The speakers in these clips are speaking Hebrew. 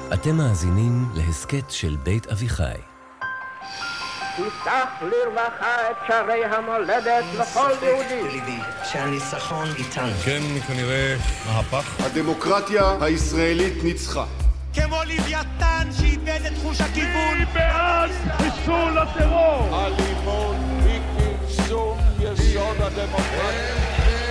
אתם מאזינים להסכת של בית אביחי. תפתח לרווחה את שערי המולדת לכל יהודי. שהניצחון איתנו. כן, כנראה מהפך. הדמוקרטיה הישראלית ניצחה. כמו לוויתן שאיבד את חוש הכיוון. בעד חיסול הטרור. אלימות היא כרסום יסוד הדמוקרטיה.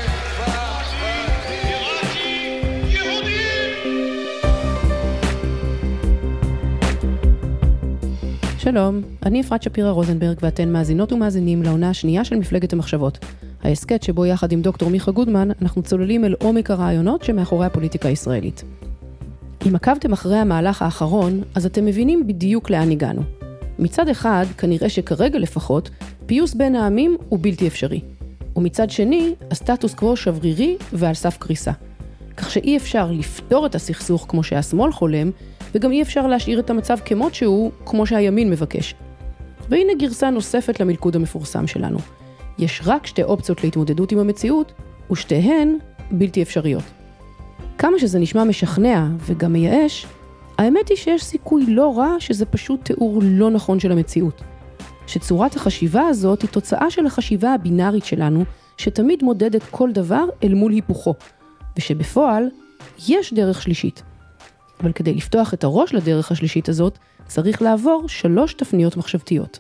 שלום, אני אפרת שפירה רוזנברג ואתן מאזינות ומאזינים לעונה השנייה של מפלגת המחשבות. ההסכת שבו יחד עם דוקטור מיכה גודמן אנחנו צוללים אל עומק הרעיונות שמאחורי הפוליטיקה הישראלית. אם עקבתם אחרי המהלך האחרון, אז אתם מבינים בדיוק לאן הגענו. מצד אחד, כנראה שכרגע לפחות, פיוס בין העמים הוא בלתי אפשרי. ומצד שני, הסטטוס קוו שברירי ועל סף קריסה. כך שאי אפשר לפתור את הסכסוך כמו שהשמאל חולם, וגם אי אפשר להשאיר את המצב כמות שהוא, כמו שהימין מבקש. והנה גרסה נוספת למלכוד המפורסם שלנו. יש רק שתי אופציות להתמודדות עם המציאות, ושתיהן בלתי אפשריות. כמה שזה נשמע משכנע וגם מייאש, האמת היא שיש סיכוי לא רע שזה פשוט תיאור לא נכון של המציאות. שצורת החשיבה הזאת היא תוצאה של החשיבה הבינארית שלנו, שתמיד מודדת כל דבר אל מול היפוכו, ושבפועל יש דרך שלישית. אבל כדי לפתוח את הראש לדרך השלישית הזאת, צריך לעבור 3 תפניות מחשבתיות.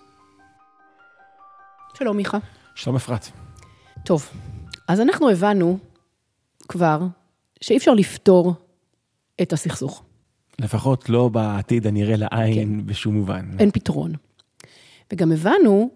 שלום מיכה. שלום אפרת. טוב, אז אנחנו הבנו כבר שאי אפשר לפתור את הסכסוך. לפחות לא בעתיד הנראה לעין בשום מובן. אין פתרון. וגם הבנו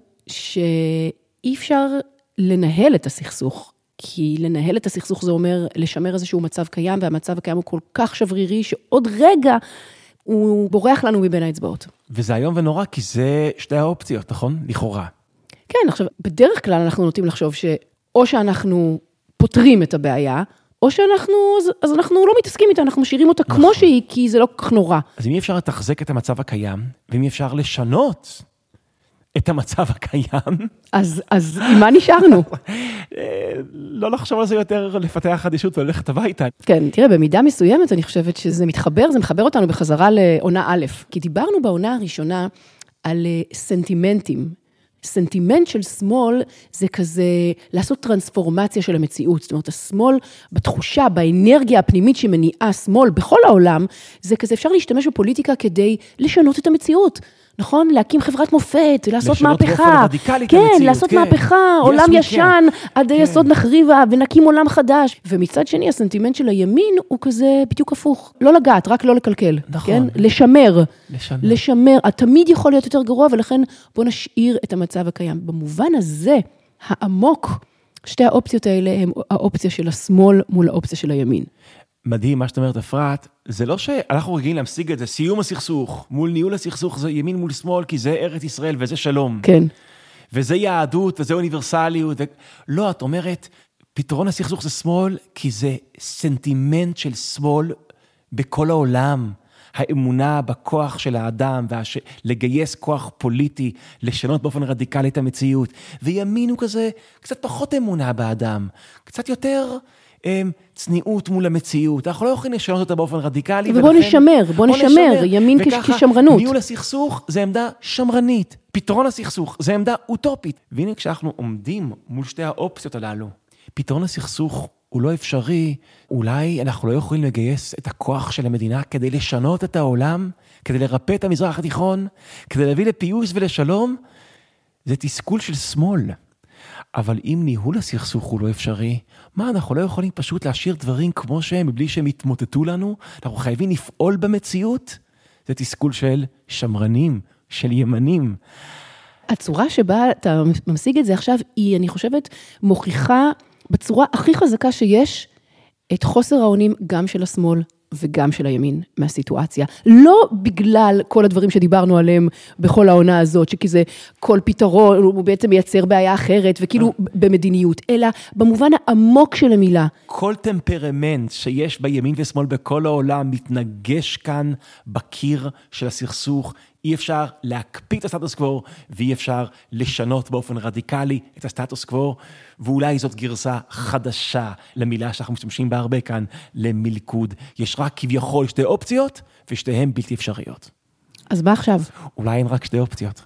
שאי אפשר לנהל את הסכסוך, כי לנהל את הסכסוך זה אומר לשמר איזשהו מצב קיים, והמצב הקיים הוא כל כך שברירי, שעוד רגע הוא בורח לנו מבין האצבעות. וזה היום ונורא, כי זה שתי האופציות, נכון? לכאורה. כן, עכשיו, בדרך כלל אנחנו נוטים לחשוב שאו שאנחנו פותרים את הבעיה, או שאנחנו, אז אנחנו לא מתעסקים איתה, אנחנו משאירים אותה כמו שהיא, כי זה לא כל כך נורא. אז אם אי אפשר לתחזק את המצב הקיים, ואם אי אפשר לשנות את המצב הקיים, אז עם מה נשארנו? לא לחשוב על זה יותר, לפתח חדישות וללכת הביתה. כן, תראה, במידה מסוימת אני חושבת שזה מתחבר, זה מחבר אותנו בחזרה לעונה א', כי דיברנו בעונה הראשונה על סנטימנטים. סנטימנט של שמאל זה כזה לעשות טרנספורמציה של המציאות, זאת אומרת, השמאל בתחושה, באנרגיה הפנימית שמניעה שמאל בכל העולם, זה כזה אפשר להשתמש בפוליטיקה כדי לשנות את המציאות. נכון? להקים חברת מופת, לעשות מהפכה. כן, לעשות מהפכה, עולם ישן, עד היסוד נחריבה, ונקים עולם חדש. ומצד שני, הסנטימנט של הימין הוא כזה בדיוק הפוך. לא לגעת, רק לא לקלקל. נכון. לשמר. תמיד יכול להיות יותר גרוע, ולכן בוא נשאיר את המצב הקיים. במובן הזה, העמוק, שתי האופציות האלה הם האופציה של השמאל מול האופציה של הימין. מדהים, מה שאת אומרת, אפרת, זה לא שאנחנו רגילים להמשיג את זה, סיום הסכסוך, מול ניהול הסכסוך, זה ימין מול שמאל, כי זה ארץ ישראל וזה שלום. כן. וזה יהדות וזה אוניברסליות. לא, את אומרת, פתרון הסכסוך זה שמאל, כי זה סנטימנט של שמאל בכל העולם. האמונה בכוח של האדם, לגייס כוח פוליטי, לשנות באופן רדיקלי את המציאות. וימין הוא כזה, קצת פחות אמונה באדם, קצת יותר צניעות מול המציאות. אנחנו לא יכולים לשנות אותה באופן רדיקלי. ובוא נשמר, ימין כשמרנות. ניהול הסכסוך זה עמדה שמרנית. פתרון הסכסוך זה עמדה אוטופית. והנה כשאנחנו עומדים מול שתי האופציות הללו, פתרון הסכסוך הוא לא אפשרי, אולי אנחנו לא יכולים לגייס את הכוח של המדינה כדי לשנות את העולם, כדי לרפא את המזרח התיכון, כדי להביא לפיוס ולשלום, זה תסכול של שמאל. אבל אם ניהול הסכסוך הוא לא אפשרי, מה, אנחנו לא יכולים פשוט להשאיר דברים כמו שהם, מבלי שהם יתמוטטו לנו? אנחנו חייבים לפעול במציאות? זה תסכול של שמרנים, של ימנים. הצורה שבה אתה ממשיג את זה עכשיו, היא, אני חושבת, מוכיחה בצורה הכי חזקה שיש, את חוסר האונים גם של השמאל וגם של הימין מהסיטואציה. לא בגלל כל הדברים שדיברנו עליהם בכל העונה הזאת, שכי זה כל פתרון, הוא בעצם מייצר בעיה אחרת, וכאילו במדיניות, אלא במובן העמוק של המילה. כל טמפרמנט שיש בימין ושמאל בכל העולם, מתנגש כאן בקיר של הסכסוך, אי אפשר להקפיא את הסטטוס קוו, ואי אפשר לשנות באופן רדיקלי את הסטטוס קוו, ואולי זאת גרסה חדשה למילה שאנחנו משתמשים בה הרבה כאן, למלכוד. יש רק כביכול שתי אופציות, ושתיהן בלתי אפשריות. אז מה עכשיו? אולי אין רק שתי אופציות.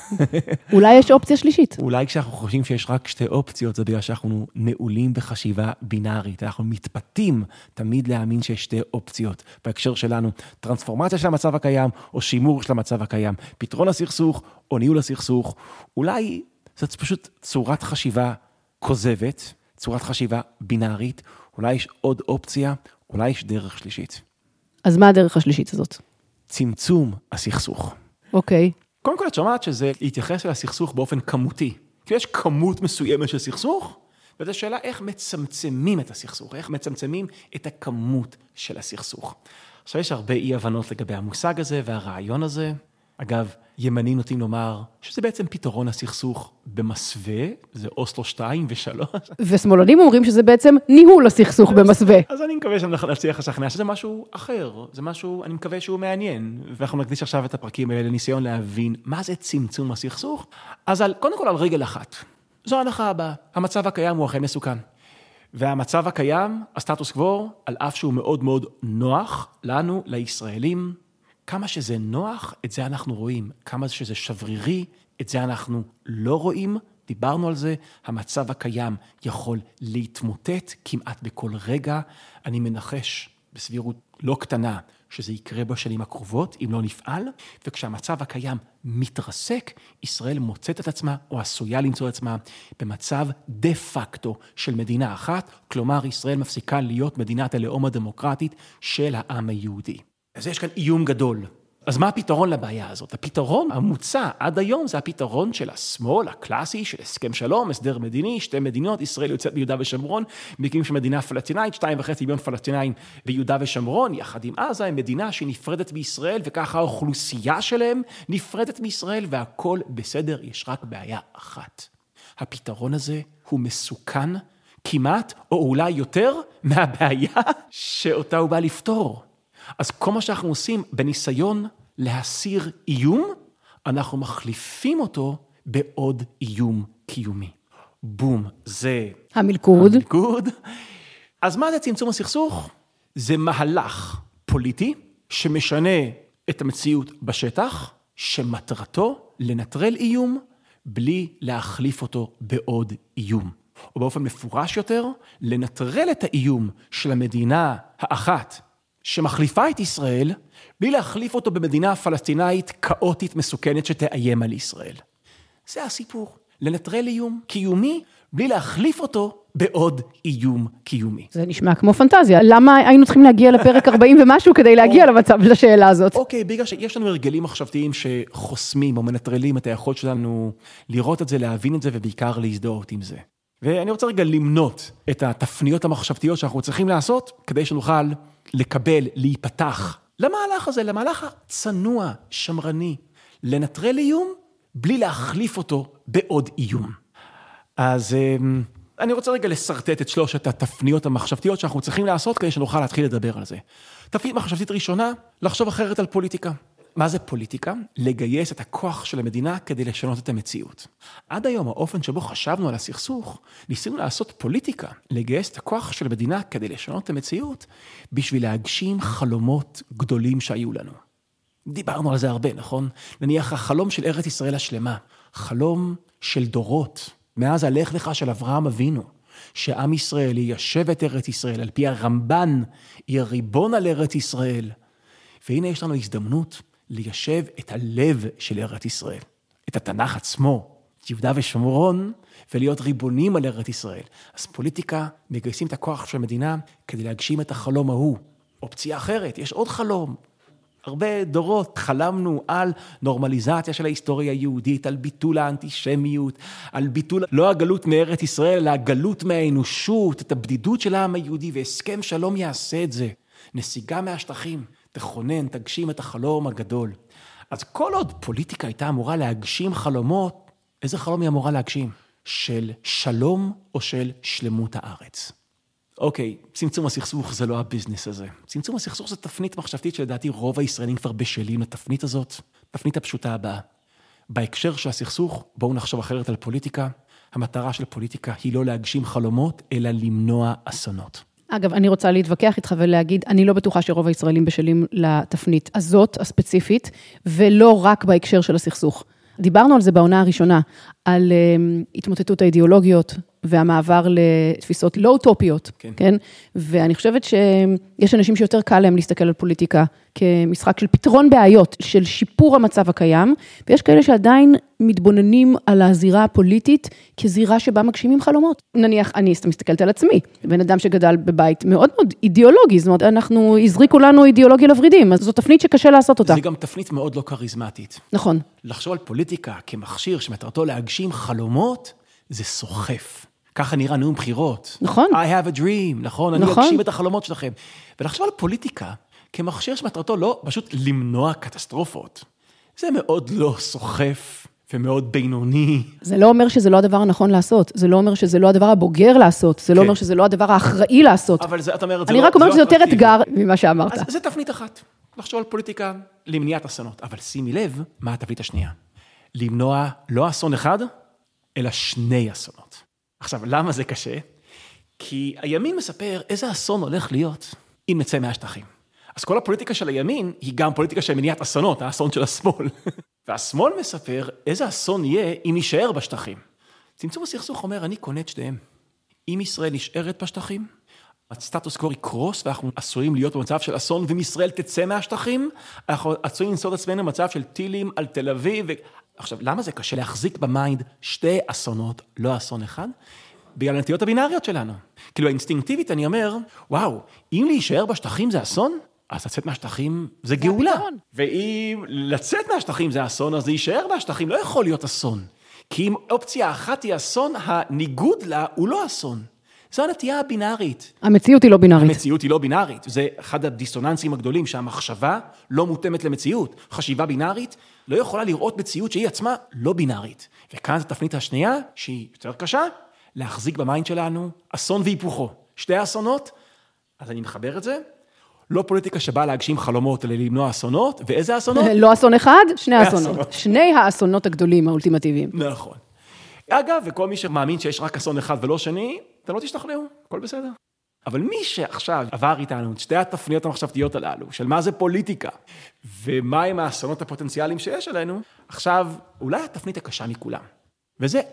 אולי יש אופציה שלישית. אולי כשאנחנו חושבים שיש רק שתי אופציות, זה בגלל שאנחנו נעולים בחשיבה בינארית. אנחנו מתפתים תמיד להאמין שיש שתי אופציות. בהקשר שלנו, טרנספורמציה של המצב הקיים, או שימור של המצב הקיים. פתרון הסכסוך, או ניהול הסכסוך. אולי זאת פשוט צורת חשיבה כוזבת, צורת חשיבה בינארית. אולי יש עוד אופציה, אולי יש דרך שלישית. אז מה הדרך השלישית הזאת? צמצום הסכסוך. אוקיי. קודם כל את שומעת שזה להתייחס לסכסוך באופן כמותי. כי יש כמות מסוימת של סכסוך, וזו שאלה איך מצמצמים את הסכסוך, איך מצמצמים את הכמות של הסכסוך. עכשיו יש הרבה אי-הבנות לגבי המושג הזה והרעיון הזה. אגב, ימנים נוטים לומר שזה בעצם פתרון הסכסוך במסווה, זה אוסלו 2 ו3. ושמאלנים אומרים שזה בעצם ניהול הסכסוך במסווה. אז אני מקווה שנצליח לשכנע שזה משהו אחר, זה משהו, אני מקווה שהוא מעניין, ואנחנו נקדיש עכשיו את הפרקים האלה לניסיון להבין מה זה צמצום הסכסוך. אז קודם כל על רגל אחת, זו ההנחה הבאה, המצב הקיים הוא אכן מסוכן. והמצב הקיים, הסטטוס קוו, על אף שהוא מאוד מאוד נוח לנו, לישראלים, כמה שזה נוח, את זה אנחנו רואים. כמה שזה שברירי, את זה אנחנו לא רואים. דיברנו על זה, המצב הקיים יכול להתמוטט כמעט בכל רגע. אני מנחש בסבירות לא קטנה שזה יקרה בשנים הקרובות, אם לא נפעל. וכשהמצב הקיים מתרסק, ישראל מוצאת את עצמה, או עשויה למצוא את עצמה, במצב דה פקטו של מדינה אחת. כלומר, ישראל מפסיקה להיות מדינת הלאום הדמוקרטית של העם היהודי. אז יש כאן איום גדול. אז מה הפתרון לבעיה הזאת? הפתרון המוצע עד היום זה הפתרון של השמאל הקלאסי, של הסכם שלום, הסדר מדיני, שתי מדינות, ישראל יוצאת ביהודה ושומרון, מקימים של מדינה פלסטינאית, 2.5 מיליון פלסטינאים ביהודה ושומרון, יחד עם עזה, הם מדינה שנפרדת בישראל, וככה האוכלוסייה שלהם נפרדת מישראל, והכל בסדר, יש רק בעיה אחת. הפתרון הזה הוא מסוכן, כמעט, או אולי יותר, מהבעיה שאותה הוא בא לפתור. אז כל מה שאנחנו עושים בניסיון להסיר איום, אנחנו מחליפים אותו בעוד איום קיומי. בום, זה המלכוד. אז מה זה צמצום הסכסוך? זה מהלך פוליטי שמשנה את המציאות בשטח, שמטרתו לנטרל איום בלי להחליף אותו בעוד איום. או באופן מפורש יותר, לנטרל את האיום של המדינה האחת, שמחליפה את ישראל, בלי להחליף אותו במדינה פלסטינאית כאוטית מסוכנת שתאיים על ישראל. זה הסיפור. לנטרל איום קיומי, בלי להחליף אותו בעוד איום קיומי. זה נשמע כמו פנטזיה. למה היינו צריכים להגיע לפרק 40 ומשהו כדי להגיע למצב לשאלה הזאת? אוקיי, בגלל שיש לנו הרגלים מחשבתיים שחוסמים או מנטרלים את היכולת שלנו לראות את זה, להבין את זה ובעיקר להזדהות עם זה. ואני רוצה רגע למנות את התפניות המחשבתיות שאנחנו צריכים לעשות, כדי שנוכל לקבל, להיפתח למהלך הזה, למהלך הצנוע, שמרני, לנטרל איום, בלי להחליף אותו בעוד איום. אז אני רוצה רגע לסרטט את שלושת התפניות המחשבתיות שאנחנו צריכים לעשות, כדי שנוכל להתחיל לדבר על זה. תפנית מחשבתית ראשונה, לחשוב אחרת על פוליטיקה. מה זה פוליטיקה? לגייס את הכוח של המדינה כדי לשנות את המציאות. עד היום, האופן שבו חשבנו על הסכסוך, ניסינו לעשות פוליטיקה, לגייס את הכוח של המדינה כדי לשנות את המציאות, בשביל להגשים חלומות גדולים שהיו לנו. דיברנו על זה הרבה, נכון? נניח החלום של ארץ ישראל השלמה, חלום של דורות, מאז הלך לך של אברהם אבינו, שעם ישראל יישב את ארץ ישראל, על פי הרמב"ן, יהיה ריבון על ארץ ישראל. והנה יש לנו הזדמנות ליישב את הלב של ארץ ישראל, את התנ"ך עצמו, את יהודה ושומרון, ולהיות ריבונים על ארץ ישראל. אז פוליטיקה, מגייסים את הכוח של המדינה כדי להגשים את החלום ההוא. אופציה אחרת, יש עוד חלום. הרבה דורות חלמנו על נורמליזציה של ההיסטוריה היהודית, על ביטול האנטישמיות, על ביטול לא הגלות מארץ ישראל, אלא הגלות מהאנושות, את הבדידות של העם היהודי, והסכם שלום יעשה את זה. נסיגה מהשטחים, תכונן, תגשים את החלום הגדול. אז כל עוד פוליטיקה הייתה אמורה להגשים חלומות, איזה חלום היא אמורה להגשים? של שלום או של שלמות הארץ? אוקיי, צמצום הסכסוך זה לא הביזנס הזה. צמצום הסכסוך זה תפנית מחשבתית שלדעתי רוב הישראלים כבר בשלים לתפנית הזאת. תפנית הפשוטה הבאה. בהקשר של הסכסוך, בואו נחשוב אחרת על פוליטיקה. המטרה של פוליטיקה היא לא להגשים חלומות, אלא למנוע אסונות. אגב, אני רוצה להתווכח איתך ולהגיד, אני לא בטוחה שרוב הישראלים בשלים לתפנית הזאת, הספציפית, ולא רק בהקשר של הסכסוך. דיברנו על זה בעונה הראשונה, על התמוטטות האידיאולוגיות, והמעבר לתפיסות לא אוטופיות, כן? ואני חושבת שיש אנשים שיותר קל להם להסתכל על פוליטיקה כמשחק של פתרון בעיות, של שיפור המצב הקיים, ויש כאלה שעדיין מתבוננים על הזירה הפוליטית כזירה שבה מגשימים חלומות. נניח, אני מסתכלת על עצמי, בן אדם שגדל בבית מאוד מאוד אידיאולוגי, זאת אומרת, אנחנו הזריקו לנו אידיאולוגיה לוורידים, אז זו תפנית שקשה לעשות אותה. זה גם תפנית מאוד לא קריזמטית. נכון. לחשוב על פוליטיקה כמכשיר שמטרתו להגשים חלומות, זה סוחף. ככה נראה נאום בחירות. נכון. I have a dream, נכון? אני אגשים את החלומות שלכם. ולחשוב על פוליטיקה כמכשיר שמטרתו לא פשוט למנוע קטסטרופות. זה מאוד לא סוחף ומאוד בינוני. זה לא אומר שזה לא הדבר הנכון לעשות. זה לא אומר שזה לא הדבר הבוגר לעשות. זה לא אומר שזה לא הדבר האחראי לעשות. אבל זה, את אומרת, אני רק אומרת שזה יותר אתגר ממה שאמרת. אז זה תפנית אחת. לחשוב על פוליטיקה למניעת אסונות. אבל שימי לב מה התפנית השנייה. למנוע לא אסון אחד, אלא שני אסונות. עכשיו, למה זה קשה? כי הימין מספר איזה אסון הולך להיות אם נצא מהשטחים. אז כל הפוליטיקה של הימין היא גם פוליטיקה של מניעת אסונות, האסון של השמאל. והשמאל מספר איזה אסון יהיה אם נשאר בשטחים. צמצום הסכסוך אומר, אני קונה את שתיהם. אם ישראל נשארת בשטחים, הסטטוס קוו יקרוס, ואנחנו עשויים להיות במצב של אסון, ואם ישראל תצא מהשטחים, אנחנו עשויים לנסות עצמנו במצב של טילים על תל אביב. עכשיו, למה זה קשה להחזיק במיינד שתי אסונות, לא אסון אחד? בגלל הנטיות הבינאריות שלנו. כאילו, האינסטינקטיבית אני אומר, וואו, אם להישאר בשטחים זה אסון, אז לצאת מהשטחים זה גאולה. ואם לצאת מהשטחים זה אסון, אז להישאר מהשטחים לא יכול להיות אסון. כי אם אופציה אחת היא אסון, הניגוד לה הוא לא אסון. זו הנטייה הבינארית. המציאות היא לא בינארית. המציאות היא לא בינארית. זה אחד הדיסוננסים הגדולים, שהמחשבה לא מותאמת למציאות. חשיבה בינארית לא יכולה לראות מציאות שהיא עצמה לא בינארית. וכאן זו תפנית השנייה, שהיא יותר קשה, להחזיק במיינד שלנו אסון והיפוכו. שתי אסונות, אז אני מחבר את זה. לא פוליטיקה שבאה להגשים חלומות, אלא למנוע אסונות. ואיזה אסונות? לא אסון אחד, שני אסונות. שני האסונות הגדולים, האולטימטיביים. נכון. אגב, וכל מי שמאמין שיש רק אסון אחד ולא שני, אתם לא תשתכנעו, הכל בסדר. אבל מי שעכשיו עבר איתנו את שתי התפניות המחשבתיות הללו, של מה זה פוליטיקה, ומה הם האסונות הפוטנציאליים שיש עלינו, עכשיו אולי התפנית הקשה מכולם. וזה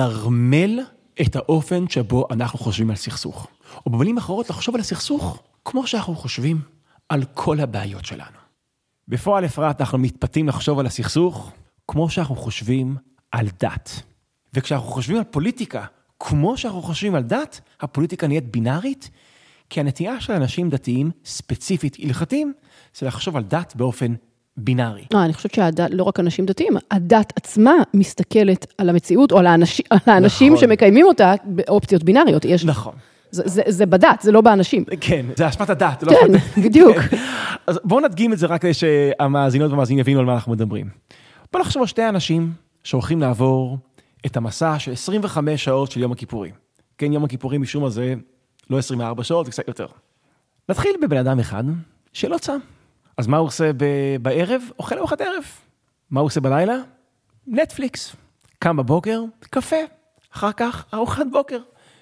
לנרמל את האופן שבו אנחנו חושבים על סכסוך. או במילים אחרות, לחשוב על הסכסוך כמו שאנחנו חושבים על כל הבעיות שלנו. בפועל אפרת אנחנו מתפתים לחשוב על הסכסוך כמו שאנחנו חושבים על דת. וכשאנחנו חושבים על פוליטיקה, כמו שאנחנו חושבים על דת, הפוליטיקה נהיית בינארית, כי הנטייה של אנשים דתיים, ספציפית הלכתיים, זה לחשוב על דת באופן בינארי. אני חושבת שהדת, לא רק אנשים דתיים, הדת עצמה מסתכלת על המציאות, או על האנשים שמקיימים אותה באופציות בינאריות. נכון. זה בדת, זה לא באנשים. כן, זה אשמת הדת. כן, בדיוק. אז בואו נדגים את זה רק כדי שהמאזינות והמאזינים יבינו על מה אנחנו מדברים. בואו נחשוב על שתי אנשים שהולכים לעבור את המסע של 25 שעות של יום הכיפורים. כן, יום הכיפורים משום הזה לא 24 שעות, זה קצת יותר. נתחיל בבן אדם אחד שלא צם. אז מה הוא עושה בערב? אוכל ארוחת ערב. מה הוא עושה בלילה? נטפליקס. קם בבוקר, קפה. אחר כך ארוחת בוקר.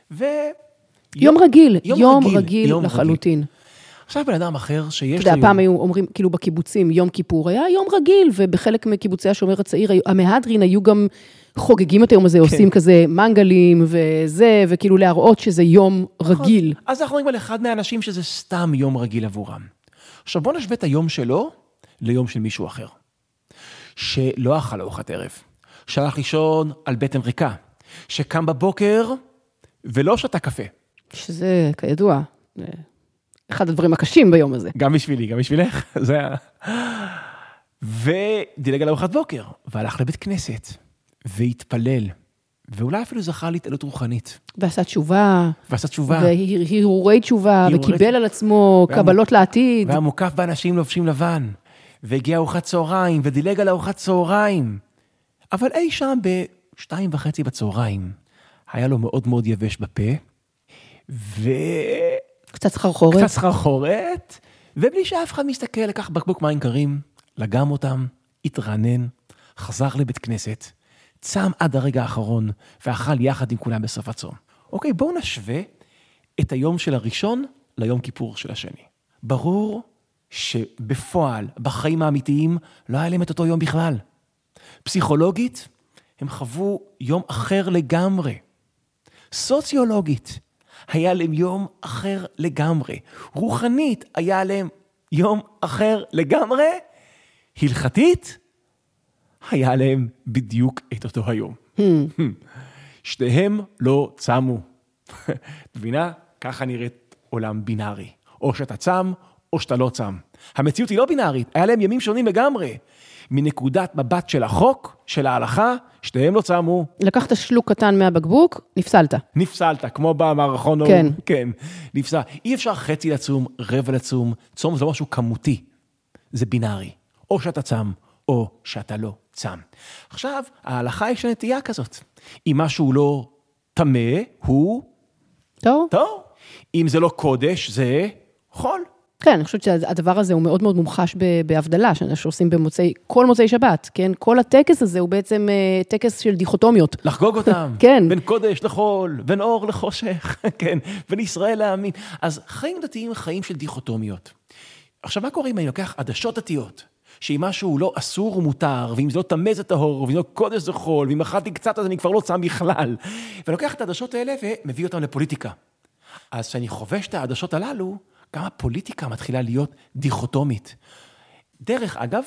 יום רגיל לחלוטין. עכשיו בן אדם אחר שיש... אתה יודע, פעם היו אומרים, כאילו בקיבוצים, יום כיפור היה יום רגיל, ובחלק מקיבוצי השומר הצעיר, המהדרין היו גם חוגגים את היום הזה, עושים כזה מנגלים וזה, וכאילו להראות שזה יום רגיל. אז אנחנו רואים על אחד מהאנשים שזה סתם יום רגיל עבורם. עכשיו בוא נשווה את היום שלו ליום של מישהו אחר. שלא אכל ארוחת ערב, שהלך לישון על בטן ריקה, שקם בבוקר ולא שתה קפה. שזה כידוע, אחד הדברים הקשים ביום הזה. גם בשבילי, גם בשבילך. זה ודילג על ארוחת בוקר, והלך לבית כנסת, והתפלל, ואולי אפילו זכה להתעלות רוחנית. ועשה תשובה. והרהורי תשובה, וקיבל על עצמו קבלות לעתיד. והיה מוקף באנשים לובשים לבן, והגיע ארוחת צהריים, ודילג על ארוחת צהריים. אבל אי שם ב2:30 בצהריים, היה לו מאוד מאוד יבש בפה, קצת סחרחורת. קצת סחרחורת, ובלי שאף אחד מסתכל, לקח בקבוק מים קרים, לגם אותם, התרענן, חזר לבית כנסת, צם עד הרגע האחרון, ואכל יחד עם כולם בסוף הצום. אוקיי, בואו נשווה את היום של הראשון ליום כיפור של השני. ברור שבפועל, בחיים האמיתיים, לא היה להם את אותו יום בכלל. פסיכולוגית, הם חוו יום אחר לגמרי. סוציולוגית, היה להם יום אחר לגמרי. רוחנית, היה להם יום אחר לגמרי. הלכתית, היה להם בדיוק את אותו היום. שניהם לא צמו. מבינה? ככה נראית עולם בינארי. או שאתה צם, או שאתה לא צם. המציאות היא לא בינארית, היה להם ימים שונים לגמרי. מנקודת מבט של החוק, של ההלכה, שניהם לא צמו. לקחת שלוק קטן מהבקבוק, נפסלת. נפסלת, כמו במערכון. כן. כן, נפסל. אי אפשר חצי לצום, רבע לצום. צום זה לא משהו כמותי. זה בינארי. או שאתה צם, או שאתה לא צם. עכשיו, ההלכה יש נטייה כזאת. אם משהו לא טמא, הוא... טוב. טוב. אם זה לא קודש, זה חול. כן, אני חושבת שהדבר הזה הוא מאוד מאוד מומחש בהבדלה, שעושים כל מוצאי שבת, כן? כל הטקס הזה הוא בעצם טקס של דיכוטומיות. לחגוג אותם. כן. בין קודש לחול, בין אור לחושך, כן. בין ישראל להאמין. אז חיים דתיים חיים של דיכוטומיות. עכשיו, מה קורה אם אני לוקח עדשות דתיות? שאם משהו לא אסור הוא מותר, ואם זה לא טמא זה טהור, ואם זה לא קודש זה חול, ואם אכלתי קצת אז אני כבר לא צם בכלל. ולוקח את העדשות האלה ומביא אותם לפוליטיקה. אז כשאני חובש את העדשות הללו, גם הפוליטיקה מתחילה להיות דיכוטומית. דרך אגב,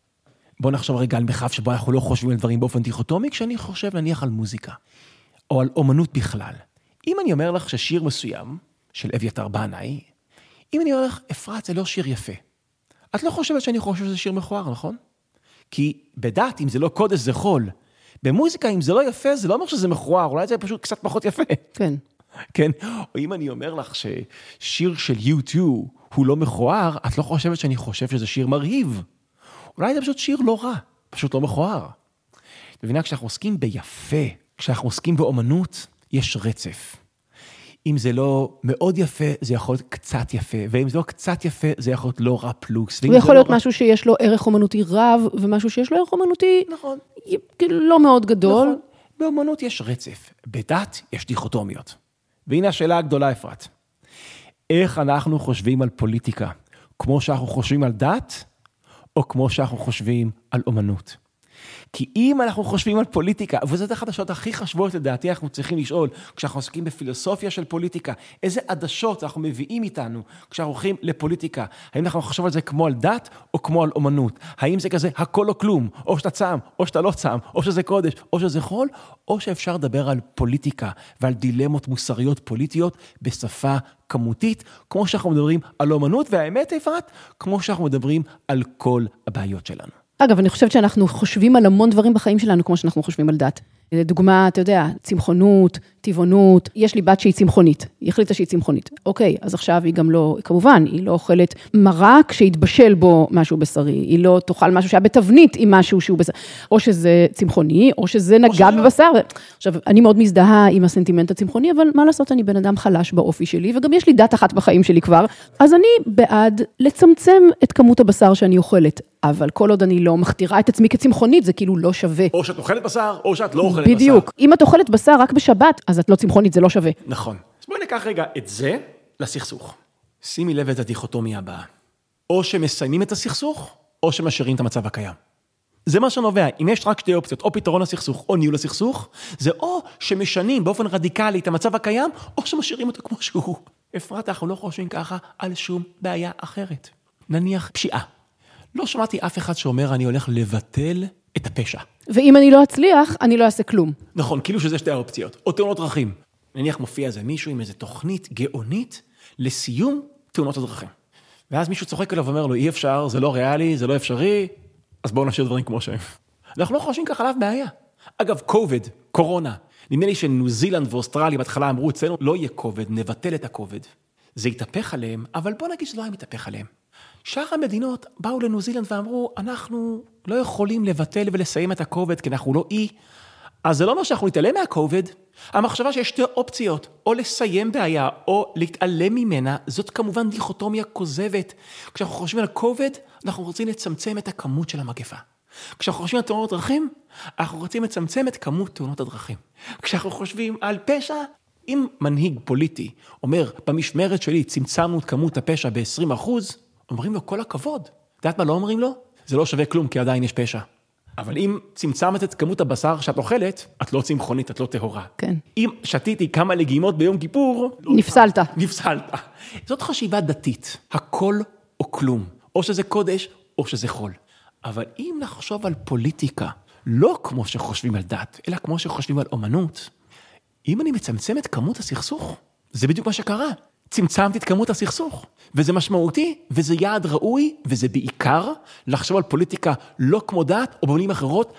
בואו נחשוב רגע על מחב שבו אנחנו לא חושבים על דברים באופן דיכוטומי, כשאני חושב נניח על מוזיקה, או על אומנות בכלל. אם אני אומר לך ששיר מסוים, של אביתר בנאי, אם אני אומר לך, אפרת, זה לא שיר יפה. את לא חושבת שאני חושב שזה שיר מכוער, נכון? כי בדת, אם זה לא קודש, זה חול. במוזיקה, אם זה לא יפה, זה לא אומר שזה מכוער, אולי זה פשוט קצת פחות יפה. כן. כן? או אם אני אומר לך ששיר של U2 הוא לא מכוער, את לא חושבת שאני חושב שזה שיר מרהיב. אולי זה פשוט שיר לא רע, פשוט לא מכוער. מבינה, כשאנחנו עוסקים ביפה, כשאנחנו עוסקים באומנות, יש רצף. אם זה לא מאוד יפה, זה יכול להיות קצת יפה, ואם זה לא קצת יפה, זה יכול להיות לא רע פלוס. הוא יכול להיות משהו שיש לו ערך אומנותי רב, ומשהו שיש לו ערך אומנותי נכון. לא מאוד גדול. נכון. באומנות יש רצף, בדת יש דיכוטומיות. והנה השאלה הגדולה, אפרת. איך אנחנו חושבים על פוליטיקה? כמו שאנחנו חושבים על דת, או כמו שאנחנו חושבים על אומנות? כי אם אנחנו חושבים על פוליטיקה, וזאת אחת השאלות הכי חשובות לדעתי, אנחנו צריכים לשאול, כשאנחנו עוסקים בפילוסופיה של פוליטיקה, איזה עדשות אנחנו מביאים איתנו כשאנחנו הולכים לפוליטיקה? האם אנחנו חושבים על זה כמו על דת, או כמו על אומנות? האם זה כזה הכל או כלום? או שאתה צם, או שאתה לא צם, או שזה קודש, או שזה חול? או שאפשר לדבר על פוליטיקה, ועל דילמות מוסריות פוליטיות, בשפה כמותית, כמו שאנחנו מדברים על אומנות, והאמת, אפרת, כמו שאנחנו מדברים על כל הבעיות שלנו. אגב, אני חושבת שאנחנו חושבים על המון דברים בחיים שלנו, כמו שאנחנו חושבים על דת. לדוגמה, אתה יודע, צמחונות, טבעונות, יש לי בת שהיא צמחונית, היא החליטה שהיא צמחונית. אוקיי, אז עכשיו היא גם לא, כמובן, היא לא אוכלת מרק שהתבשל בו משהו בשרי, היא לא תאכל משהו שהיה בתבנית עם משהו שהוא בשרי, או שזה צמחוני, או שזה נגע בבשר. עכשיו, אני מאוד מזדהה עם הסנטימנט הצמחוני, אבל מה לעשות, אני בן אדם חלש באופי שלי, וגם יש לי דת אחת בחיים שלי כבר, אז אני בעד לצמצם את כמות הבשר שאני אוכלת, אבל כל עוד אני לא מכתירה את עצמי כצמחונית, זה כאילו לא שווה. או שאת אוכלת בשר, או שאת לא אוכלת בשר. בדיוק. אם את אוכלת בשר רק בשבת, אז את לא צמחונית, זה לא שווה. נכון. אז בואי ניקח רגע את זה לסכסוך. שימי לב את הדיכוטומיה הבאה. או שמסיימים את הסכסוך, או שמשאירים את המצב הקיים. זה מה שנובע. אם יש רק שתי אופציות, או פתרון הסכסוך, או ניהול הסכסוך, זה או שמשנים באופן רדיקלי את המצב הקיים, או שמשאירים אותו כמו שהוא. אפרת, אנחנו לא חושבים ככה על שום בעיה אחרת. נניח פשיעה. לא שמעתי אף אחד שאומר, אני הולך לבטל את הפשע. ואם אני לא אצליח, אני לא אעשה כלום. נכון, כאילו שזה שתי האופציות. או תאונות דרכים. נניח מופיע איזה מישהו עם איזו תוכנית גאונית לסיום תאונות הדרכים. ואז מישהו צוחק עליו ואומר לו, אי אפשר, זה לא ריאלי, זה לא אפשרי, אז בואו נשאיר דברים כמו שהם. אנחנו לא חושבים ככה עליו בעיה. אגב, קובד, קורונה. נדמה לי שניו זילנד ואוסטרליה בהתחלה אמרו, אצלנו לא יהיה קובד, נבטל את הקובד. זה יתהפך עליהם, אבל בוא נגיד שלא היה מתהפך עליהם. שאר המדינות באו לניו זילנד ואמרו, אנחנו לא יכולים לבטל ולסיים את הקובד, כי אנחנו לא אי, אז זה לא אומר שאנחנו נתעלם מהקוביד. המחשבה שיש שתי אופציות, או לסיים בעיה, או להתעלם ממנה, זאת כמובן דיכוטומיה כוזבת. כשאנחנו חושבים על קוביד, אנחנו רוצים לצמצם את הכמות של המגפה. כשאנחנו חושבים על תאונות דרכים, אנחנו רוצים לצמצם את כמות תאונות הדרכים. כשאנחנו חושבים על פשע, אם מנהיג פוליטי אומר, במשמרת שלי צמצמנו את כמות הפשע ב-20%, אומרים לו כל הכבוד. יודעת מה לא אומרים לו? זה לא שווה כלום, כי עדיין יש פשע. אבל אם צמצמת את כמות הבשר שאת אוכלת, את לא צמחונית, את לא טהורה. כן. אם שתיתי כמה לגימות ביום כיפור, נפסלת. נפסלת. זאת חשיבה דתית, הכל או כלום. או שזה קודש, או שזה חול. אבל אם נחשוב על פוליטיקה, לא כמו שחושבים על דת, אלא כמו שחושבים על אומנות, אם אני מצמצם את כמות הסכסוך, זה בדיוק מה שקרה. צמצמתי את כמות הסכסוך, וזה משמעותי, וזה יעד ראוי, וזה בעיקר לחשוב על פוליטיקה לא כמו דת, או במילים אחרות,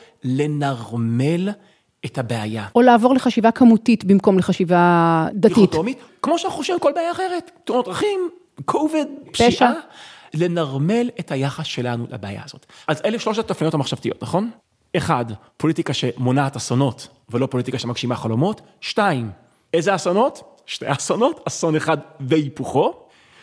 לנרמל את הבעיה. או לעבור לחשיבה כמותית במקום לחשיבה דתית. דיכוטומית, כמו שאנחנו חושבים על כל בעיה אחרת, תאונות דרכים, קוביד, פשיעה, לנרמל את היחס שלנו לבעיה הזאת. אז אלה שלושת התפניות המחשבתיות, נכון? 1, פוליטיקה שמונעת אסונות, ולא פוליטיקה שמגשימה חלומות. 2, איזה אסונות? 2 אסונות, אסון אחד והיפוכו.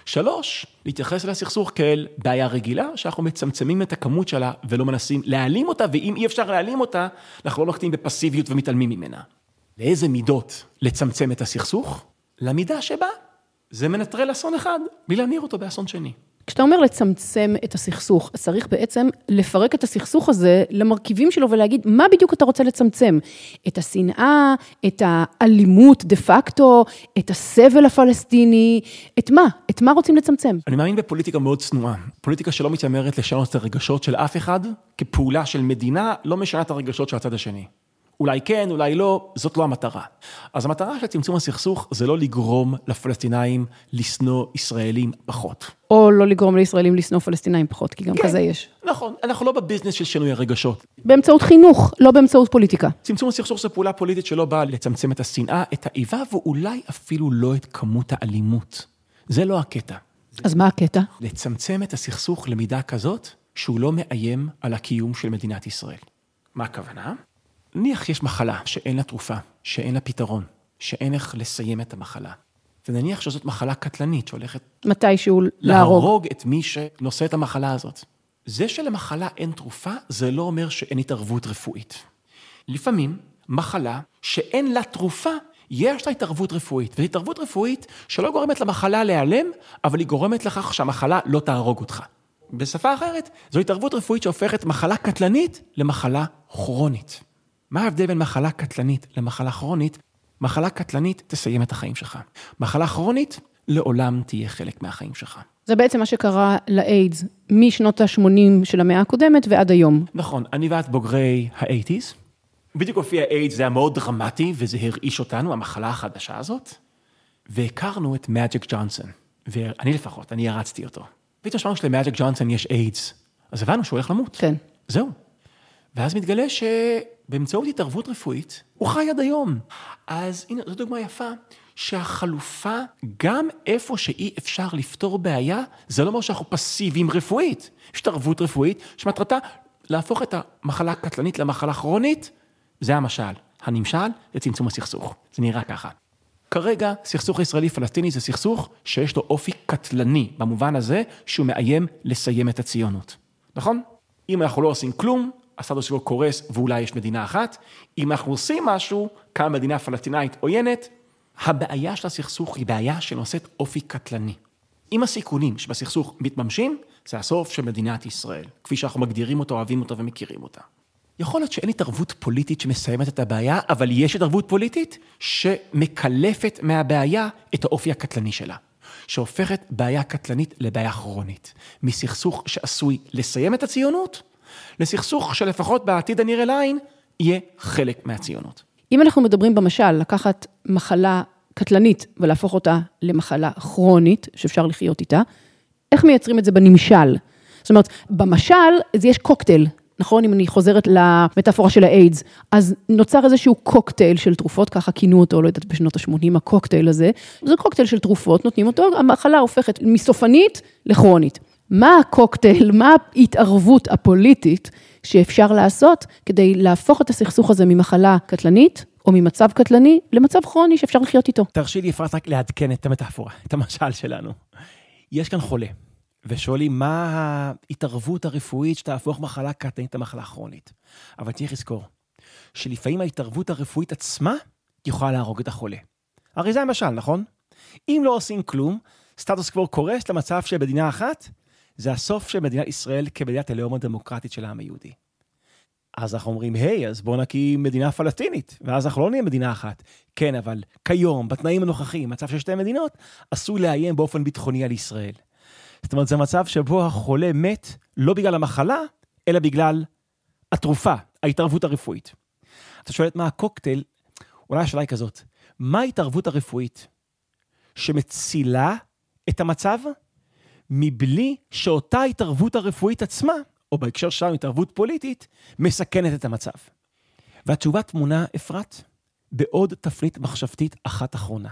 3, להתייחס לסכסוך כאל בעיה רגילה, שאנחנו מצמצמים את הכמות שלה, ולא מנסים להעלים אותה, ואם אי אפשר להעלים אותה, אנחנו לא נוקטים בפסיביות ומתעלמים ממנה. לאיזה מידות לצמצם את הסכסוך? למידה שבה זה מנטרל אסון אחד, בלי להמיר אותו באסון שני. כשאתה אומר לצמצם את הסכסוך, צריך בעצם לפרק את הסכסוך הזה למרכיבים שלו ולהגיד מה בדיוק אתה רוצה לצמצם. את השנאה, את האלימות דה פקטו, את הסבל הפלסטיני, את מה? את מה רוצים לצמצם? אני מאמין בפוליטיקה מאוד צנועה. פוליטיקה שלא מתיימרת לשנות את הרגשות של אף אחד, כפעולה של מדינה, לא משנה את הרגשות של הצד השני. אולי כן, אולי לא, זאת לא המטרה. אז המטרה של צמצום הסכסוך זה לא לגרום לפלסטינאים לשנוא ישראלים פחות. או לא לגרום לישראלים לשנוא פלסטינאים פחות, כי גם כן, כזה יש. נכון, אנחנו לא בביזנס של שינוי הרגשות. באמצעות חינוך, לא באמצעות פוליטיקה. צמצום הסכסוך זה פעולה פוליטית שלא באה לצמצם את השנאה, את האיבה, ואולי אפילו לא את כמות האלימות. זה לא הקטע. אז מה הקטע? לצמצם את הסכסוך למידה כזאת, שהוא לא מאיים על הקיום של מדינת ישראל. מה הכוונה? נניח יש מחלה שאין לה תרופה, שאין לה פתרון, שאין איך לסיים את המחלה. ונניח שזאת מחלה קטלנית שהולכת מתישהו להרוג את מי שנושא את המחלה הזאת. זה שלמחלה אין תרופה, זה לא אומר שאין התערבות רפואית. לפעמים מחלה שאין לה תרופה, יש לה התערבות רפואית. והתערבות רפואית שלא גורמת למחלה להיעלם, אבל היא גורמת לכך שהמחלה לא תהרוג אותך. בשפה אחרת, זו התערבות רפואית שהופכת מחלה קטלנית למחלה כרונית. מה ההבדל בין מחלה קטלנית למחלה כרונית? מחלה קטלנית תסיים את החיים שלך. מחלה כרונית לעולם תהיה חלק מהחיים שלך. זה בעצם מה שקרה לאיידס משנות ה-80 של המאה הקודמת ועד היום. נכון, אני ואת בוגרי ה-80s. בדיוק הופיע איידס, זה היה מאוד דרמטי, וזה הרעיש אותנו, המחלה החדשה הזאת. והכרנו את מג'יק ג'ונסון. ואני לפחות, אני הרצתי אותו. פתאום שמענו שלמג'יק ג'ונסון יש איידס. אז הבנו שהוא הולך למות. כן. זהו. ואז מתגלה שבאמצעות התערבות רפואית, הוא חי עד היום. אז הנה, זו דוגמה יפה, שהחלופה, גם איפה שאי אפשר לפתור בעיה, זה לא אומר שאנחנו פסיביים רפואית. יש התערבות רפואית שמטרתה להפוך את המחלה הקטלנית למחלה כרונית, זה המשל. הנמשל זה צמצום הסכסוך. זה נראה ככה. כרגע, סכסוך ישראלי-פלסטיני זה סכסוך שיש לו אופי קטלני, במובן הזה שהוא מאיים לסיים את הציונות. נכון? אם אנחנו לא עושים כלום, הסטטוס קוו קורס ואולי יש מדינה אחת. אם אנחנו עושים משהו, כמה מדינה פלסטינאית עוינת, הבעיה של הסכסוך היא בעיה שנושאת אופי קטלני. אם הסיכונים שבסכסוך מתממשים, זה הסוף של מדינת ישראל, כפי שאנחנו מגדירים אותו, אוהבים אותו ומכירים אותה. יכול להיות שאין התערבות פוליטית שמסיימת את הבעיה, אבל יש התערבות פוליטית שמקלפת מהבעיה את האופי הקטלני שלה, שהופכת בעיה קטלנית לבעיה כרונית. מסכסוך שעשוי לסיים את הציונות, לסכסוך שלפחות בעתיד הנראה לעין, יהיה חלק מהציונות. אם אנחנו מדברים במשל, לקחת מחלה קטלנית ולהפוך אותה למחלה כרונית, שאפשר לחיות איתה, איך מייצרים את זה בנמשל? זאת אומרת, במשל, יש קוקטייל, נכון? אם אני חוזרת למטאפורה של האיידס, אז נוצר איזשהו קוקטייל של תרופות, ככה כינו אותו, לא יודעת, בשנות ה-80, הקוקטייל הזה, זה קוקטייל של תרופות, נותנים אותו, המחלה הופכת מסופנית לכרונית. מה הקוקטייל, מה ההתערבות הפוליטית שאפשר לעשות כדי להפוך את הסכסוך הזה ממחלה קטלנית, או ממצב קטלני, למצב כרוני שאפשר לחיות איתו. תרשי לי אפרת רק לעדכן את המטאפורה, את המשל שלנו. יש כאן חולה, ושואלים מה ההתערבות הרפואית שתהפוך מחלה קטלנית למחלה כרונית. אבל צריך לזכור, שלפעמים ההתערבות הרפואית עצמה יכולה להרוג את החולה. הרי זה המשל, נכון? אם לא עושים כלום, סטטוס קוו קורס למצב של מדינה אחת, זה הסוף של מדינת ישראל כמדינת הלאום הדמוקרטית של העם היהודי. אז אנחנו אומרים, אז בואו נקים מדינה פלסטינית, ואז אנחנו לא נהיה מדינה אחת. כן, אבל כיום, בתנאים הנוכחים, מצב של שתי מדינות, עשוי לאיים באופן ביטחוני על ישראל. זאת אומרת, זה מצב שבו החולה מת, לא בגלל המחלה, אלא בגלל התרופה, ההתערבות הרפואית. אתה שואלת מה הקוקטייל, אולי השאלה היא כזאת, מה ההתערבות הרפואית שמצילה את המצב, מבלי שאותה התערבות הרפואית עצמה, או בהקשר שלנו התערבות פוליטית, מסכנת את המצב. והתשובה תמונה, אפרת, בעוד תפנית מחשבתית אחת אחרונה.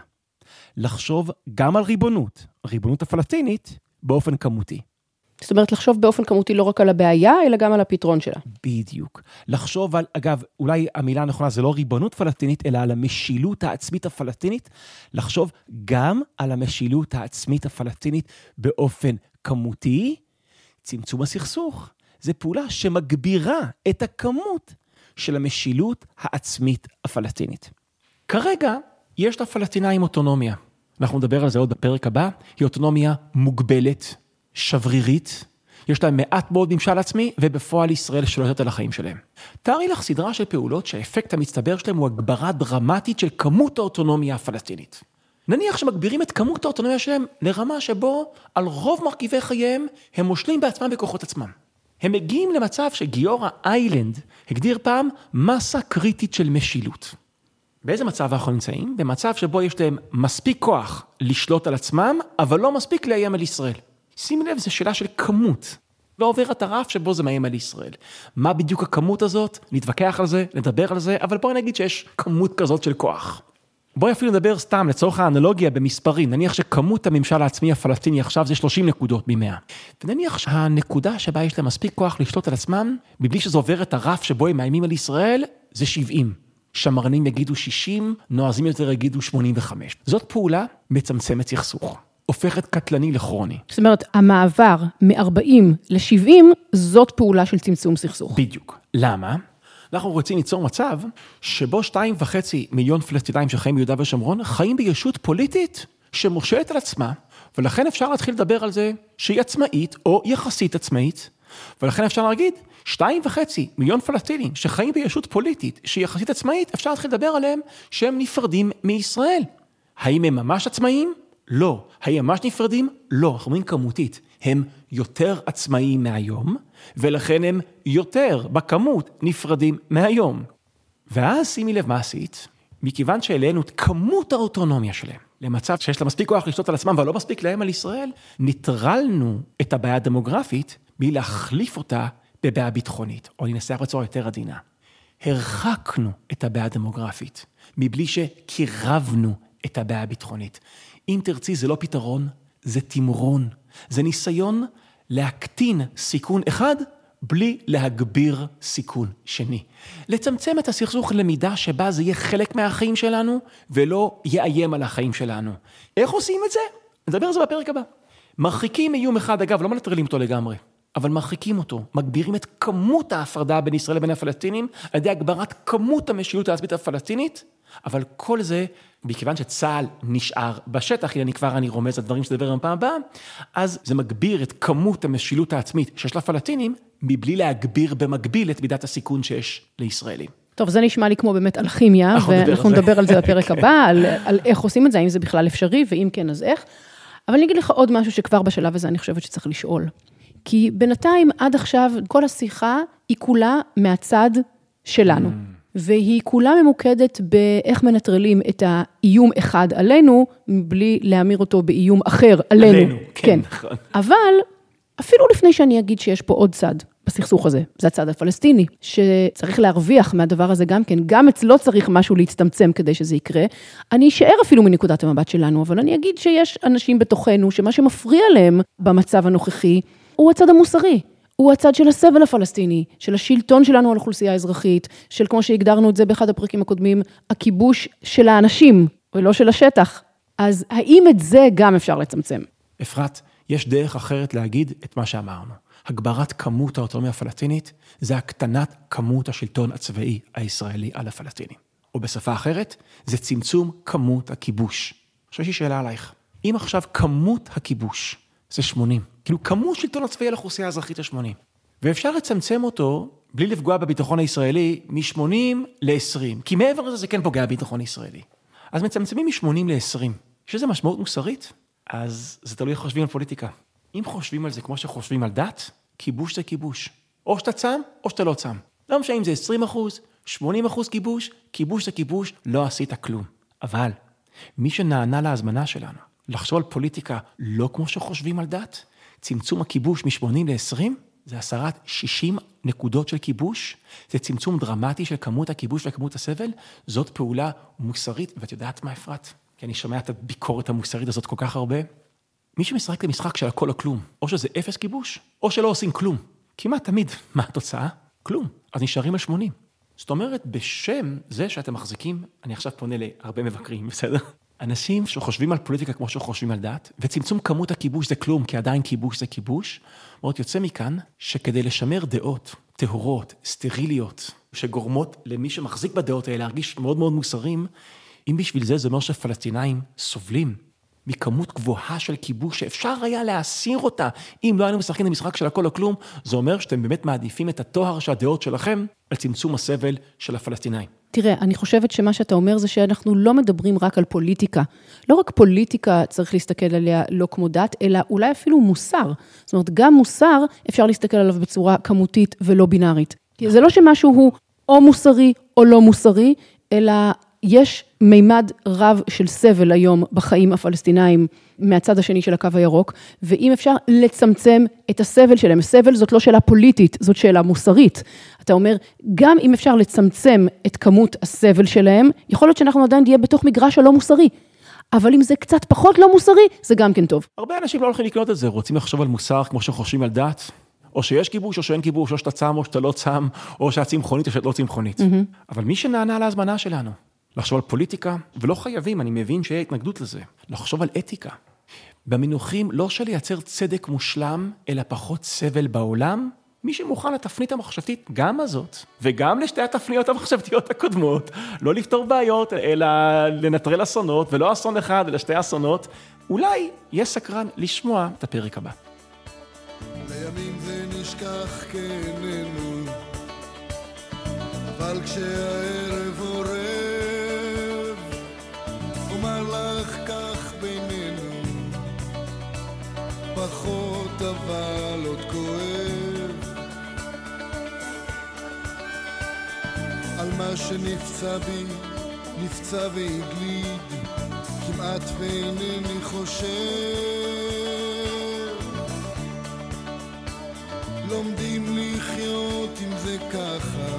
לחשוב גם על ריבונות הפלסטינית, באופן כמותי. זאת אומרת, לחשוב באופן כמותי לא רק על הבעיה, אלא גם על הפתרון שלה. בדיוק. לחשוב על, אגב, אולי המילה הנכונה זה לא ריבונות פלסטינית, אלא על המשילות העצמית הפלסטינית. לחשוב גם על המשילות העצמית הפלסטינית באופן כמותי. צמצום הסכסוך. זה פעולה שמגבירה את הכמות של המשילות העצמית הפלסטינית. כרגע יש לפלסטינאים אוטונומיה. אנחנו נדבר על זה עוד בפרק הבא. היא אוטונומיה מוגבלת, שברירית, יש להם מעט מאוד ממשל עצמי, ובפועל ישראל שולטת על החיים שלהם. תארי לך סדרה של פעולות שהאפקט המצטבר שלהם הוא הגברה דרמטית של כמות האוטונומיה הפלסטינית. נניח שמגבירים את כמות האוטונומיה שלהם לרמה שבו על רוב מרכיבי חייהם הם מושלים בעצמם בכוחות עצמם. הם מגיעים למצב שגיורא איילנד הגדיר פעם מסה קריטית של משילות. באיזה מצב אנחנו נמצאים? במצב שבו יש להם מספיק כוח לשלוט על עצמם, אבל לא מספיק לאיים על ישראל. שימי לב, זו שאלה של כמות. לא עובר את הרף שבו זה מאיים על ישראל. מה בדיוק הכמות הזאת? נתווכח על זה, נדבר על זה, אבל בואי נגיד שיש כמות כזאת של כוח. בואי אפילו נדבר סתם לצורך האנלוגיה במספרים. נניח שכמות הממשל העצמי הפלסטיני עכשיו זה 30 נקודות מ-100. ונניח שהנקודה שבה יש להם מספיק כוח לשלוט על עצמם, מבלי שזה עובר את הרף שבו הם מאיימים על ישראל, זה 70. שמרנים יגידו 60, נועזים יותר יגידו 85. זאת פעולה מצמצמת סכסוך. הופכת קטלני לכרוני. זאת אומרת, המעבר מ-40 ל-70, זאת פעולה של צמצום סכסוך. בדיוק. למה? אנחנו רוצים ליצור מצב שבו 2.5 מיליון פלסטינאים שחיים ביהודה ושומרון, חיים בישות פוליטית שמושלת על עצמה, ולכן אפשר להתחיל לדבר על זה שהיא עצמאית או יחסית עצמאית, ולכן אפשר להגיד 2.5 מיליון פלסטינים שחיים בישות פוליטית שהיא יחסית עצמאית, אפשר להתחיל לדבר עליהם שהם נפרדים מישראל. האם הם ממש עצמאיים? לא. האם ממש נפרדים? לא. אנחנו אומרים כמותית. הם יותר עצמאיים מהיום, ולכן הם יותר בכמות נפרדים מהיום. ואז שימי לב מה עשית, מכיוון שאלינו את כמות האוטונומיה שלהם, למצב שיש לה מספיק כוח לשלוט על עצמם, אבל לא מספיק להם על ישראל, נטרלנו את הבעיה הדמוגרפית, בלי להחליף אותה בבעיה ביטחונית, או ננסח בצורה יותר עדינה. הרחקנו את הבעיה הדמוגרפית, מבלי שקירבנו את הבעיה הביטחונית. אם תרצי, זה לא פתרון, זה תמרון. זה ניסיון להקטין סיכון אחד, בלי להגביר סיכון שני. לצמצם את הסכסוך למידה שבה זה יהיה חלק מהחיים שלנו, ולא יאיים על החיים שלנו. איך עושים את זה? נדבר על זה בפרק הבא. מרחיקים איום אחד, אגב, לא מנטרלים אותו לגמרי, אבל מרחיקים אותו, מגבירים את כמות ההפרדה בין ישראל לבין הפלסטינים, על ידי הגברת כמות המשילות העצמית הפלסטינית, אבל כל זה, מכיוון שצה"ל נשאר בשטח, אני רומז לדברים שדבר בפעם הבאה, אז זה מגביר את כמות המשילות העצמית שיש לפלסטינים, מבלי להגביר במקביל את מידת הסיכון שיש לישראלים. טוב, זה נשמע לי כמו באמת אלכימיה, ואנחנו נדבר על זה בפרק הבא, על איך עושים את זה, האם זה בכלל אפשרי, ואם כן, אז איך. אבל אני אגיד לך עוד משהו שכבר בשלב הזה אני חושבת שצריך לשאול. כי בינתיים עד עכשיו כל השיחה היא כולה מהצד שלנו. והיא כולה ממוקדת באיך מנטרלים את האיום אחד עלינו, בלי להמיר אותו באיום אחר עלינו. כן, נכון. אבל אפילו לפני שאני אגיד שיש פה עוד צד בסכסוך הזה, זה הצד הפלסטיני, שצריך להרוויח מהדבר הזה גם כן, גם אצלו צריך משהו להצטמצם כדי שזה יקרה, אני אשאר אפילו מנקודת המבט שלנו, אבל אני אגיד שיש אנשים בתוכנו, שמה שמפריע להם במצב הנוכחי, הוא הצד המוסרי. הוא הצד של הסבל הפלסטיני, של השלטון שלנו על אוכלוסייה האזרחית, של כמו שהגדרנו את זה באחד הפרקים הקודמים, הכיבוש של האנשים ולא של השטח. אז האם את זה גם אפשר לצמצם? אפרת, יש דרך אחרת להגיד את מה שאמרנו. הגברת כמות האוטונומיה הפלסטינית זה הקטנת כמות השלטון הצבאי הישראלי על הפלסטינים. או בשפה אחרת, זה צמצום כמות הכיבוש. עכשיו יש לי שאלה עלייך. אם עכשיו כמות הכיבוש זה 80, כאילו כמות שלטון הצבאי על האוכלוסייה האזרחית זה 80, ואפשר לצמצם אותו בלי לפגוע בביטחון הישראלי מ-80 ל-20, כי מעבר לזה זה כן פוגע בביטחון הישראלי. אז מצמצמים מ-80 ל-20. יש איזו משמעות מוסרית? אז זה תלוי איך חושבים על פוליטיקה. אם חושבים על זה כמו שחושבים על דת, כיבוש זה כיבוש. או שאתה צם, או שאתה לא צם. לא משנה אם זה 20%, 80% כיבוש, כיבוש זה כיבוש, לא עשית כלום. אבל מי שנענה להזמנה שלנו, לחשוב על פוליטיקה לא כמו שחושבים על דת, צמצום הכיבוש מ-80 ל-20, זה הסרת 60 נקודות של כיבוש, זה צמצום דרמטי של כמות הכיבוש וכמות הסבל, זאת פעולה מוסרית, ואת יודעת מה אפרת? כי אני שומע את הביקורת המוסרית הזאת כל כך הרבה. מי שמשחק למשחק של הכל או כלום, או שזה אפס כיבוש, או שלא עושים כלום. כמעט תמיד, מה התוצאה? כלום. אז נשארים על 80. זאת אומרת, בשם זה שאתם מחזיקים, אני עכשיו פונה להרבה מבקרים, בסדר? אנשים שחושבים על פוליטיקה כמו שחושבים על דת, וצמצום כמות הכיבוש זה כלום, כי עדיין כיבוש זה כיבוש, מאוד יוצא מכאן שכדי לשמר דעות טהורות, סטריליות, שגורמות למי שמחזיק בדעות האלה להרגיש מאוד מאוד מוסריים, אם בשביל זה זה אומר שפלסטינאים סובלים מכמות גבוהה של כיבוש שאפשר היה להסיר אותה, אם לא היינו משחקים למשחק של הכל או כלום, זה אומר שאתם באמת מעדיפים את התואר של הדעות שלכם על צמצום הסבל של הפלסטינאים. תראה, אני חושבת שמה שאתה אומר זה שאנחנו לא מדברים רק על פוליטיקה. לא רק פוליטיקה צריך להסתכל עליה לא כמו דת, אלא אולי אפילו מוסר. זאת אומרת, גם מוסר אפשר להסתכל עליו בצורה כמותית ולא בינארית. כי זה לא שמשהו הוא או מוסרי או לא מוסרי, אלא יש מימד רב של סבל היום בחיים הפלסטינאים מהצד השני של הקו הירוק, ואם אפשר לצמצם את הסבל שלהם, סבל זאת לא שאלה פוליטית, זאת שאלה מוסרית. אתה אומר, גם אם אפשר לצמצם את כמות הסבל שלהם, יכול להיות שאנחנו עדיין נהיה בתוך מגרש הלא מוסרי. אבל אם זה קצת פחות לא מוסרי, זה גם כן טוב. הרבה אנשים לא הולכים לקנות את זה, רוצים לחשוב על מוסר כמו שחושבים על דת, או שיש כיבוש או שאין כיבוש, או שאתה צם או שאתה לא צם, או שאת צמחונית או שאת לא צמחונית. אבל מי שנענה להזמנה שלנו, לחשוב על פוליטיקה, ולא חייבים, אני מבין שיהיה התנגדות לזה, לחשוב על אתיקה. במינוחים לא של לייצר צדק מושלם, אלא פחות סבל בעולם, מי שמוכן לתפנית המחשבתית גם הזאת, וגם לשתי התפניות המחשבתיות הקודמות, לא לפתור בעיות, אלא לנטרל אסונות, ולא אסון אחד, אלא שתי אסונות, אולי יהיה סקרן לשמוע את הפרק הבא. לימים זה נשכח כעינינו, אבל כשהערב עורב, אומר לך כך בינינו, פחות אבל עוד כואב, על מה שנפצע בי, נפצע והגליד, כמעט ואינני חושב, לומדים לחיות עם זה ככה,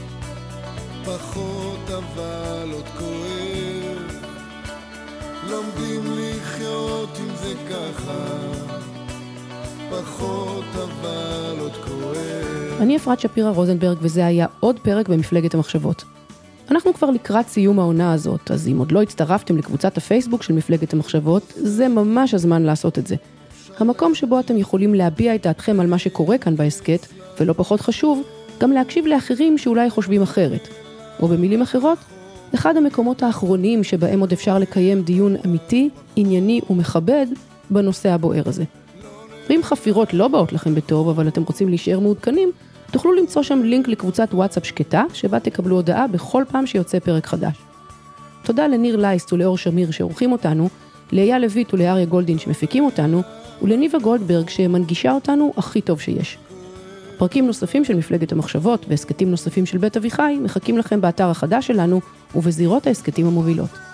פחות אבל עוד כואב, לומדים לחיות עם זה ככה, פחות אבל עוד כואב. אני אפרת שפירא רוזנברג, וזה היה עוד פרק במפלגת המחשבות. אנחנו כבר לקראת סיום העונה הזאת, אז אם עוד לא הצטרפתם לקבוצת הפייסבוק של מפלגת המחשבות, זה ממש הזמן לעשות את זה. המקום שבו אתם יכולים להביע את דעתכם על מה שקורה כאן בעסקת, ולא פחות חשוב, גם להקשיב לאחרים שאולי חושבים אחרת. או במילים אחרות, אחד המקומות האחרונים שבהם עוד אפשר לקיים דיון אמיתי, ענייני ומכבד בנושא הבוער הזה. ואם חפירות לא באות לכם בטוב, אבל אתם רוצים להישאר מעודכנים, תוכלו למצוא שם לינק לקבוצת וואטסאפ שקטה, שבה תקבלו הודעה בכל פעם שיוצא פרק חדש. תודה לניר לייסט ולאור שמיר שעורכים אותנו, לאייל לויט ולאריה גולדין שמפיקים אותנו, ולניבה גולדברג שמנגישה אותנו הכי טוב שיש. פרקים נוספים של מפלגת המחשבות והסקטים נוספים של בית אביחי מחכים לכם באתר החדש שלנו ובזירות ההסקטים המובילות.